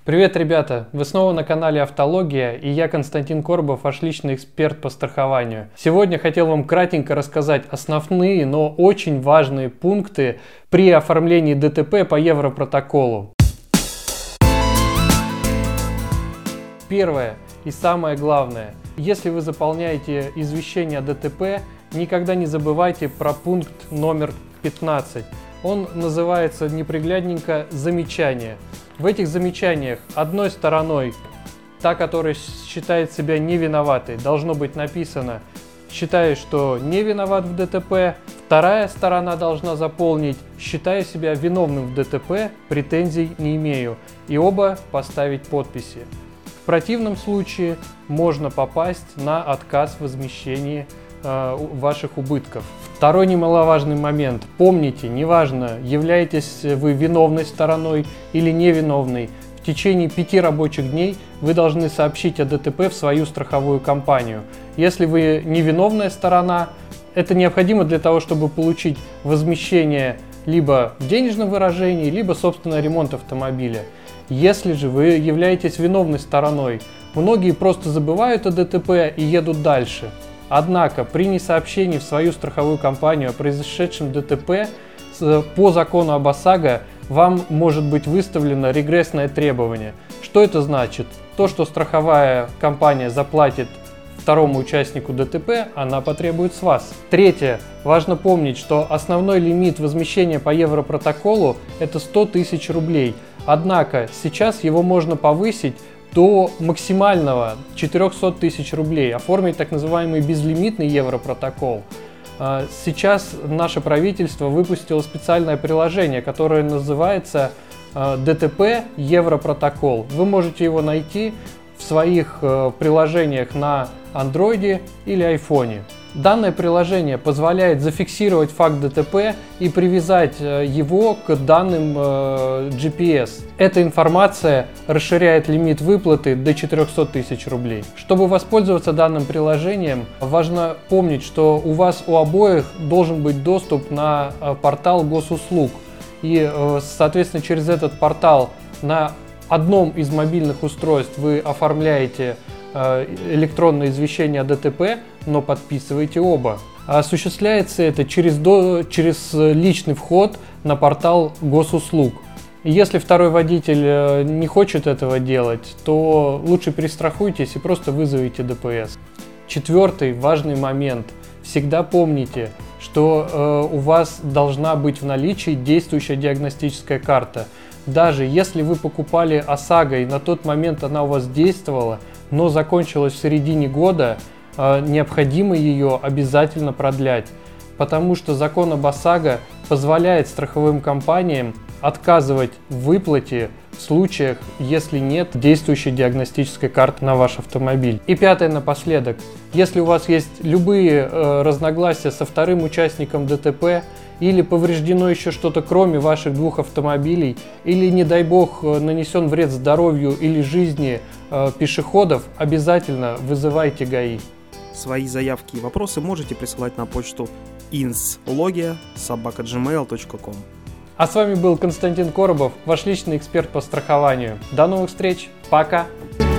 Привет, ребята! Вы снова на канале Автология, и я, Константин Коробов, ваш личный эксперт по страхованию. Сегодня хотел вам кратенько рассказать основные, но очень важные пункты при оформлении ДТП по Европротоколу. Первое и самое главное. Если вы заполняете извещение о ДТП, никогда не забывайте про пункт номер 15. Он называется неприглядненько «Замечания». В этих замечаниях одной стороной, та, которая считает себя невиноватой, должно быть написано «считаю, что не виноват в ДТП». Вторая сторона должна заполнить «считаю себя виновным в ДТП, претензий не имею». И оба поставить подписи. В противном случае можно попасть на отказ в возмещении ваших убытков. Второй немаловажный момент. Помните, неважно, являетесь вы виновной стороной или невиновной, в течение 5 рабочих дней вы должны сообщить о ДТП в свою страховую компанию. Если вы невиновная сторона, это необходимо для того, чтобы получить возмещение либо в денежном выражении, либо, собственно, ремонт автомобиля. Если же вы являетесь виновной стороной, многие просто забывают о ДТП и едут дальше. Однако при несообщении в свою страховую компанию о произошедшем ДТП по закону об ОСАГО вам может быть выставлено регрессное требование. Что это значит? То, что страховая компания заплатит второму участнику ДТП, она потребует с вас. Третье. Важно помнить, что основной лимит возмещения по Европротоколу это 100 тысяч рублей. Однако сейчас его можно повысить до максимального 400 тысяч рублей, оформить так называемый безлимитный Европротокол. Сейчас наше правительство выпустило специальное приложение, которое называется ДТП Европротокол. Вы можете его найти в своих приложениях на Android или iPhone. Данное приложение позволяет зафиксировать факт ДТП и привязать его к данным GPS. Эта информация расширяет лимит выплаты до 400 тысяч рублей. Чтобы воспользоваться данным приложением, важно помнить, что у вас у обоих должен быть доступ на портал госуслуг. И, соответственно, через этот портал на одном из мобильных устройств вы оформляете электронное извещение о ДТП, но подписываете оба. Осуществляется это через личный вход на портал госуслуг. Если второй водитель не хочет этого делать, то лучше перестрахуйтесь и просто вызовите ДПС. Четвертый важный момент. Всегда помните, что у вас должна быть в наличии действующая диагностическая карта. Даже если вы покупали ОСАГО и на тот момент она у вас действовала, но закончилась в середине года, необходимо ее обязательно продлять, потому что закон об ОСАГО позволяет страховым компаниям отказывать в выплате в случаях, если нет действующей диагностической карты на ваш автомобиль. И пятое напоследок. Если у вас есть любые разногласия со вторым участником ДТП, или повреждено еще что-то кроме ваших двух автомобилей, или, не дай бог, нанесен вред здоровью или жизни пешеходов, обязательно вызывайте ГАИ. Свои заявки и вопросы можете присылать на почту inslogia@gmail.com. А с вами был Константин Коробов, ваш личный эксперт по страхованию. До новых встреч, пока!